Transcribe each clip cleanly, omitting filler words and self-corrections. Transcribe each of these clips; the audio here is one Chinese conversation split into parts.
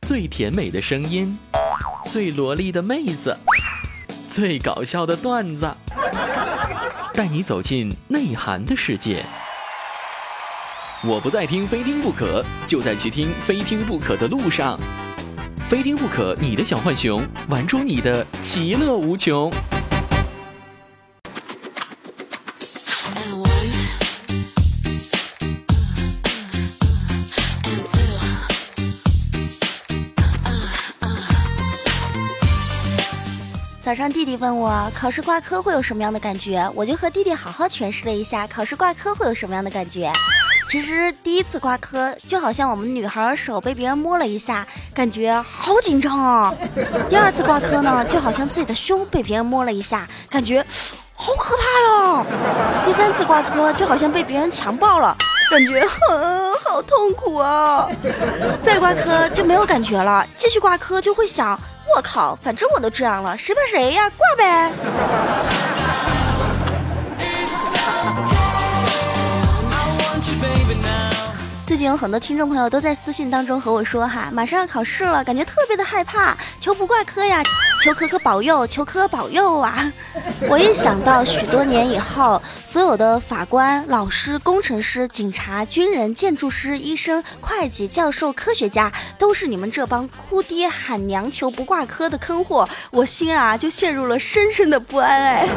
最甜美的声音，最萝莉的妹子，最搞笑的段子，带你走进内涵的世界。我不再听非听不可，就在去听非听不可的路上。非听不可，你的小浣熊玩出你的其乐无穷。 早上弟弟问我考试挂科会有什么样的感觉，我就和弟弟好好诠释了一下考试挂科会有什么样的感觉。其实第一次挂科就好像我们女孩手被别人摸了一下，感觉好紧张啊。第二次挂科呢，就好像自己的胸被别人摸了一下，感觉好可怕哟。第三次挂科就好像被别人强暴了，感觉好痛苦啊。再挂科就没有感觉了，继续挂科就会想，我靠，反正我都这样了，谁怕谁呀，挂呗。最近有很多听众朋友都在私信当中和我说哈，马上要考试了，感觉特别的害怕，求不挂科呀，求可可保佑，求可保佑啊。我一想到许多年以后，所有的法官、老师、工程师、警察、军人、建筑师、医生、会计、教授、科学家，都是你们这帮哭爹喊娘求不挂科的坑货，我心啊就陷入了深深的不安哎。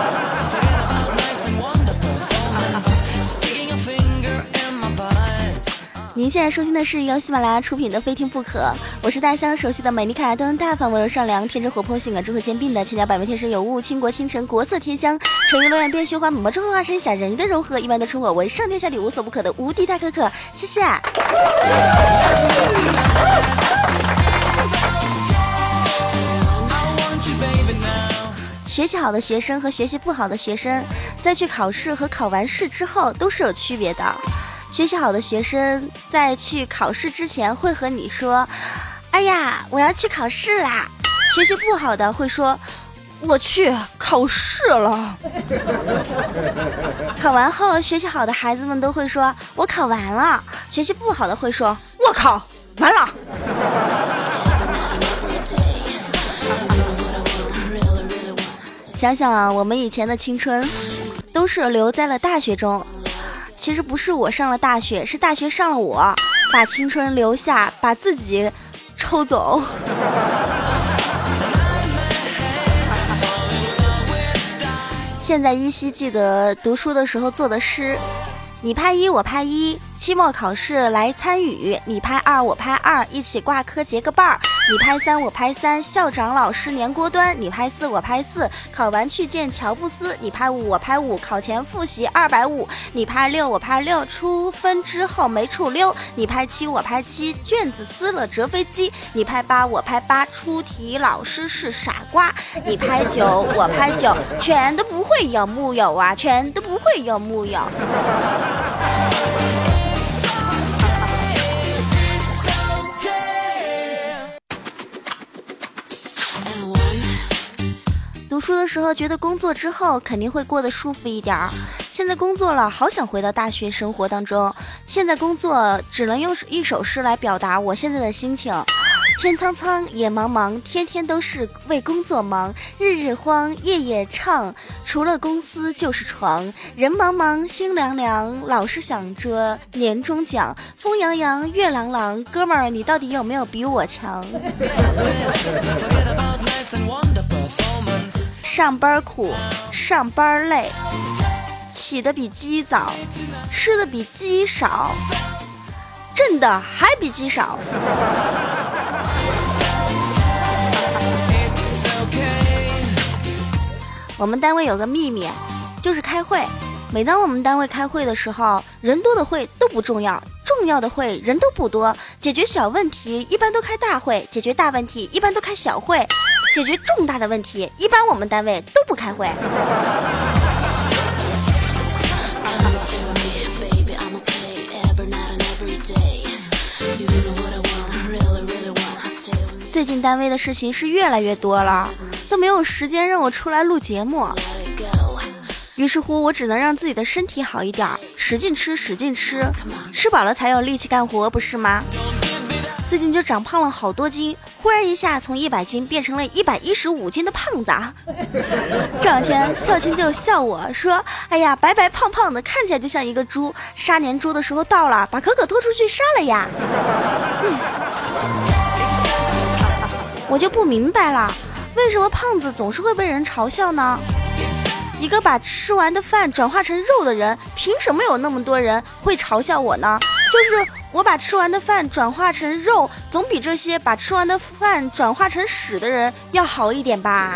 您现在收听的是由喜马拉雅出品的非听不可，我是大家熟悉的美丽可爱、端大方、温柔善良、天真活泼、性感智慧兼并的千娇百媚、天生有物、倾国倾城、国色天香、沉鱼落雁、变虚花、美貌中和化身、小人鱼的融合，一般都称我为上天下地无所不可的无敌大可可，谢谢。学习好的学生和学习不好的学生，在去考试和考完试之后都是有区别的。学习好的学生在去考试之前会和你说，哎呀，我要去考试啦。学习不好的会说，我去考试了。考完后，学习好的孩子们都会说，我考完了。学习不好的会说，我靠，完了。想想啊，我们以前的青春都是留在了大学中。其实不是我上了大学，是大学上了我，把青春留下，把自己抽走。现在依稀记得读书的时候做的诗，你拍一我拍一，期末考试来参与，你拍二我拍二，一起挂科结个伴儿，你拍三我拍三，校长老师年锅端，你拍四我拍四，考完去见乔布斯，你拍五我拍五，考前复习250，你拍六我拍六，出分之后没处溜，你拍七我拍七，卷子撕了折飞机，你拍八我拍八，出题老师是傻瓜，你拍九我拍九，全都不会有木有啊，全都不会有木有。读书的时候觉得工作之后肯定会过得舒服一点儿，现在工作了，好想回到大学生活当中。现在工作只能用一首诗来表达我现在的心情。天苍苍，野茫茫，天天都是为工作忙，日日慌，夜夜唱，除了公司就是床。人茫茫，心凉凉，老是想着年终奖。风扬扬，月朗朗，哥们儿，你到底有没有比我强？上班苦，上班累，起得比鸡早，吃的比鸡少，挣的还比鸡少。我们单位有个秘密，就是开会。每当我们单位开会的时候，人多的会都不重要，重要的会人都不多。解决小问题一般都开大会，解决大问题一般都开小会，解决重大的问题一般我们单位都不开会。最近单位的事情是越来越多了，都没有时间让我出来录节目。于是乎，我只能让自己的身体好一点，使劲吃，使劲吃，吃饱了才有力气干活，不是吗？ 最近就长胖了好多斤，忽然一下从100斤变成了115斤的胖子啊。这两天孝亲就笑我说，哎呀，白白胖胖的，看起来就像一个猪，杀年猪的时候到了，把可可拖出去杀了呀。我就不明白了，为什么胖子总是会被人嘲笑呢？一个把吃完的饭转化成肉的人，凭什么有那么多人会嘲笑我呢？就是我把吃完的饭转化成肉，总比这些把吃完的饭转化成屎的人要好一点吧。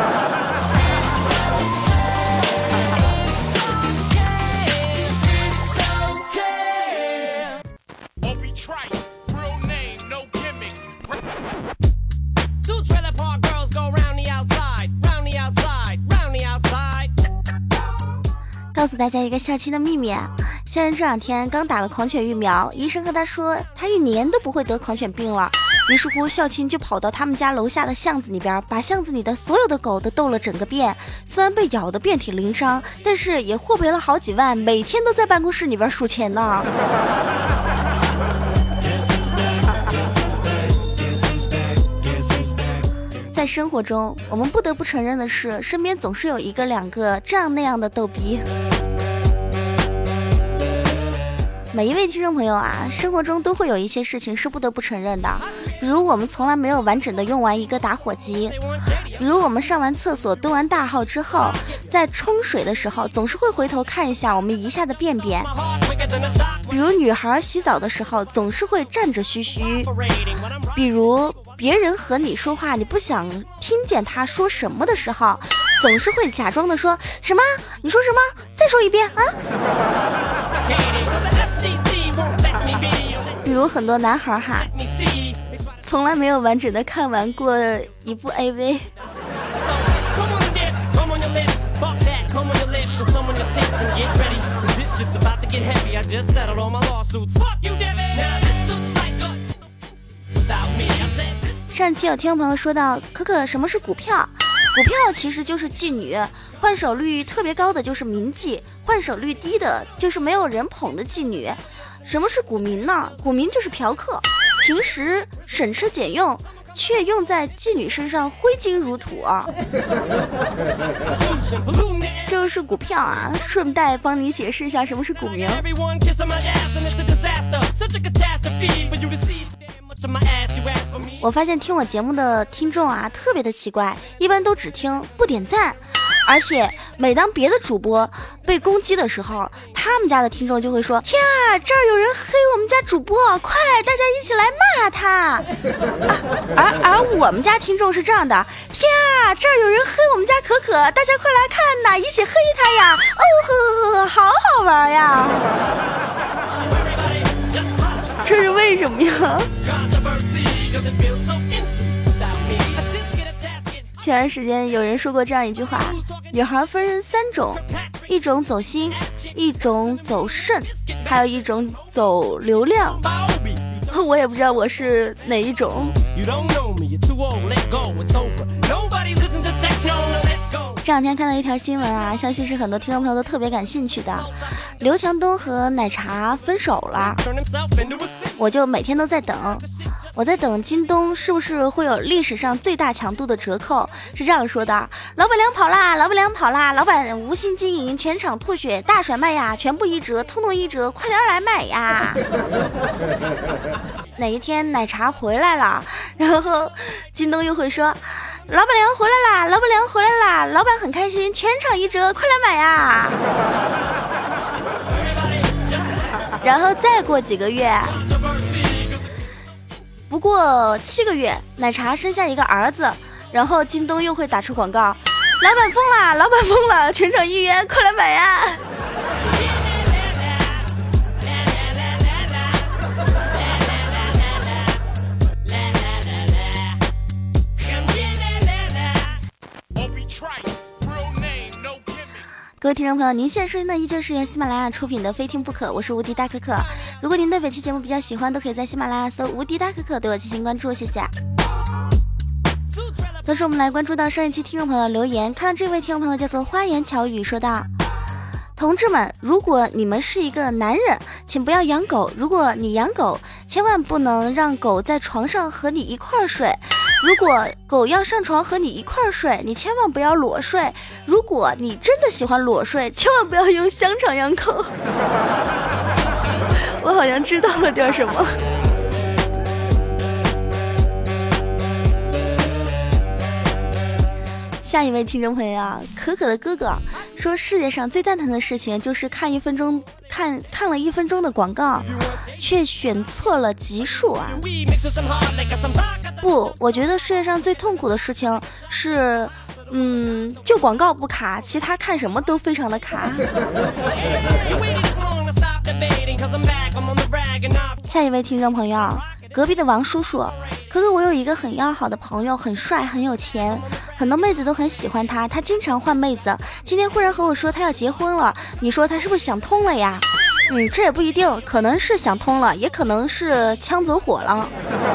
告诉大家一个孝亲的秘密啊，先生这两天刚打了狂犬疫苗，医生和他说他1年都不会得狂犬病了。于是乎孝亲就跑到他们家楼下的巷子里边，把巷子里的所有的狗都斗了整个遍。虽然被咬得遍体鳞伤，但是也获赔了好几万，每天都在办公室里边数钱呢。在生活中，我们不得不承认的是，身边总是有1个2个这样那样的逗逼。每一位听众朋友啊，生活中都会有一些事情是不得不承认的，比如我们从来没有完整的用完一个打火机，比如我们上完厕所蹲完大号之后，在冲水的时候总是会回头看一下我们遗下的便便，比如女孩洗澡的时候总是会站着嘘嘘，比如别人和你说话你不想听见他说什么的时候，总是会假装的说什么？你说什么？再说一遍啊！比如很多男孩哈，从来没有完整的看完过一部 AV。上期有听众朋友说到，可可什么是股票？股票其实就是妓女，换手率特别高的就是民妓，换手率低的就是没有人捧的妓女。什么是股民呢？股民就是嫖客，平时省吃俭用，却用在妓女身上挥金如土啊。这就是股票啊，顺带帮你解释一下什么是股民。我发现听我节目的听众啊特别的奇怪，一般都只听不点赞，而且每当别的主播被攻击的时候，他们家的听众就会说，天啊，这儿有人黑我们家主播，快大家一起来骂他。而我们家听众是这样的，天啊，这儿有人黑我们家可可，大家快来看呐，一起黑他呀，哦呵，好好玩呀。这是为什么呀？前段时间有人说过这样一句话，女孩分3种，一种走心，一种走肾，还有一种走流量。我也不知道我是哪一种。这两天看到一条新闻啊，相信是很多听众朋友都特别感兴趣的。刘强东和奶茶分手了，我就每天都在等，我在等京东是不是会有历史上最大强度的折扣。是这样说的，老板娘跑啦，老板娘跑啦，老板无心经营，全场吐血，大甩卖呀，全部1折，通通1折，快点来买呀。哪一天奶茶回来了，然后京东又会说，老板娘回来啦，老板娘回来啦，老板很开心，全场1折，快来买呀。然后再过几个月，不过7个月，奶茶生下一个儿子，然后京东又会打出广告，老板疯了，老板疯了，全场1元，快来买呀。各位听众朋友，您现在收听的依旧是由喜马拉雅出品的非听不可，我是无敌大可可。如果您对本期节目比较喜欢，都可以在喜马拉雅搜无敌大可可对我进行关注，谢谢。同时我们来关注到上一期听众朋友留言，看到这位听众朋友叫做花言巧语，说道，同志们，如果你们是一个男人，请不要养狗，如果你养狗， 千万不能让狗在床上和你一块睡。如果狗要上床和你一块睡，你千万不要裸睡。如果你真的喜欢裸睡，千万不要用香肠养狗。我好像知道了点什么。下一位听众朋友啊，可可的哥哥说，世界上最蛋疼的事情就是看了1分钟的广告，却选错了集数啊！不，我觉得世界上最痛苦的事情是，就广告不卡，其他看什么都非常的卡。下一位听众朋友，隔壁的王叔叔，可可我有一个很要好的朋友，很帅，很有钱，很多妹子都很喜欢他，他经常换妹子。今天忽然和我说他要结婚了，你说他是不是想通了呀？这也不一定，可能是想通了，也可能是枪走火了。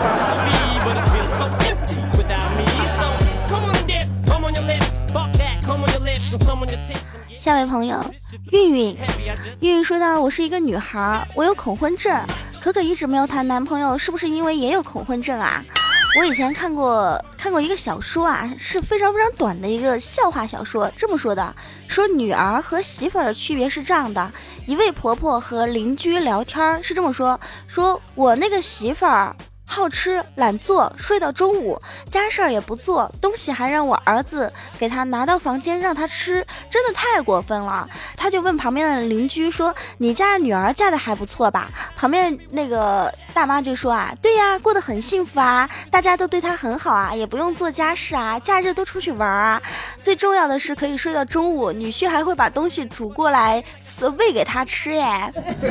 下位朋友韵韵说到，我是一个女孩，我有恐婚症，可可一直没有谈男朋友，是不是因为也有恐婚症啊？我以前看过一个小说啊，是非常非常短的一个笑话小说，这么说的，说女儿和媳妇儿的区别是这样的，一位婆婆和邻居聊天是这么说我那个媳妇儿好吃懒做，睡到中午，家事儿也不做，东西还让我儿子给他拿到房间让他吃，真的太过分了。他就问旁边的邻居说，你家女儿嫁的还不错吧？旁边那个大妈就说啊，对呀，过得很幸福啊，大家都对她很好啊，也不用做家事啊，假日都出去玩啊，最重要的是可以睡到中午，女婿还会把东西煮过来喂给她吃耶。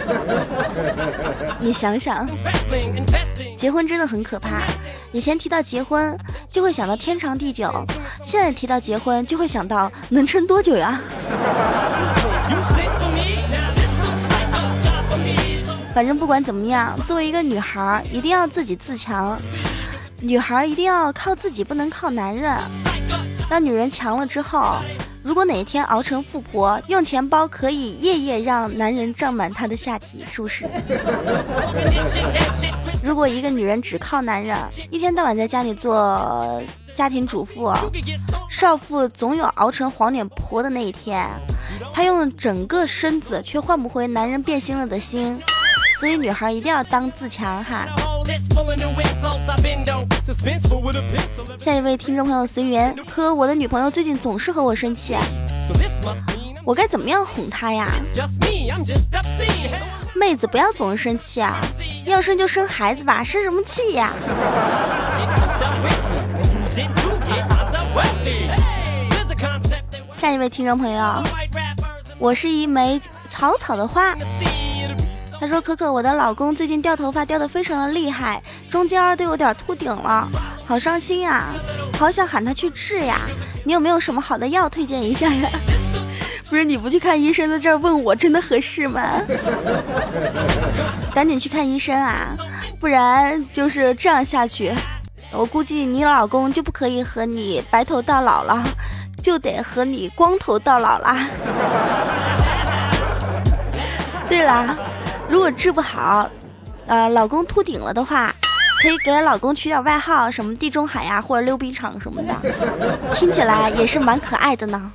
你想想，结婚真的很可怕，以前提到结婚就会想到天长地久，现在提到结婚就会想到能撑多久呀。反正不管怎么样，作为一个女孩一定要自己自强，女孩一定要靠自己，不能靠男人。当女人强了之后，如果哪一天熬成富婆，用钱包可以夜夜让男人胀满她的下体，是不是？如果一个女人只靠男人，一天到晚在家里做家庭主妇，少妇总有熬成黄脸婆的那一天。她用整个身子却换不回男人变心了的心，所以女孩一定要当自强哈。下一位听众朋友随缘，可我的女朋友最近总是和我生气，我该怎么样哄她呀？妹子不要总是生气啊，要生就生孩子吧，生什么气呀？下一位听众朋友，我是一枚草草的花。他说，可可，我的老公最近掉头发掉得非常的厉害，中间都有点秃顶了，好伤心呀，好想喊他去治呀，你有没有什么好的药推荐一下呀？不是，你不去看医生，在这儿问我，真的合适吗？赶紧去看医生啊，不然就是这样下去，我估计你老公就不可以和你白头到老了，就得和你光头到老啦。对啦，如果治不好，老公秃顶了的话，可以给老公取点外号，什么地中海呀，或者溜冰场什么的，听起来也是蛮可爱的呢。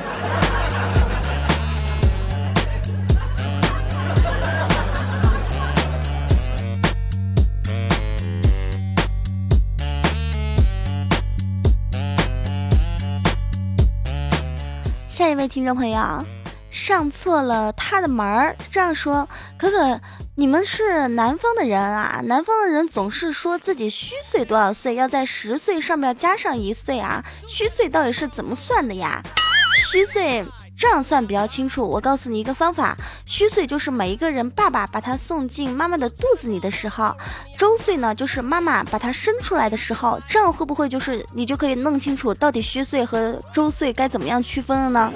下一位听众朋友，上错了他的门儿，这样说，可可，你们是南方的人啊，南方的人总是说自己虚岁多少岁，要在10岁上面加上1岁啊，虚岁到底是怎么算的呀？虚岁这样算比较清楚，我告诉你一个方法，虚岁就是每一个人爸爸把他送进妈妈的肚子里的时候，周岁呢就是妈妈把他生出来的时候，这样会不会就是你就可以弄清楚到底虚岁和周岁该怎么样区分了呢？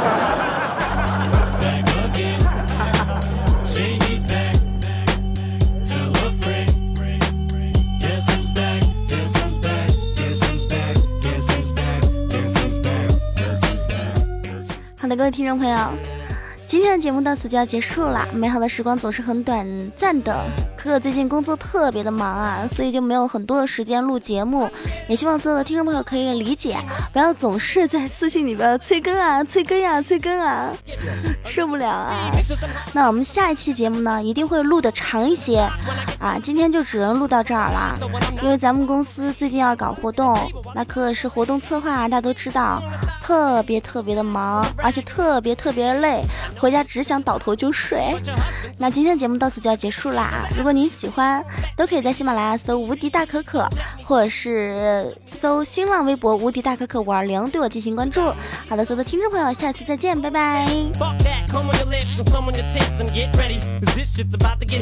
好的，各位听众朋友，今天的节目到此就要结束了。美好的时光总是很短暂的， 可可最近工作特别的忙啊，所以就没有很多的时间录节目，也希望所有的听众朋友可以理解，不要总是在私信里边催更啊催更啊催更啊，受不了啊。那我们下一期节目呢一定会录的长一些啊，今天就只能录到这儿啦，因为咱们公司最近要搞活动，那可可是活动策划，大家都知道特别的忙，而且特别累，回家只想倒头就睡。那今天的节目到此就要结束啦，如果您喜欢都可以在喜马拉雅搜无敌大可可，或者是搜新浪微博无敌大可可520对我进行关注。好的，所有的听众朋友，下次再见，拜拜。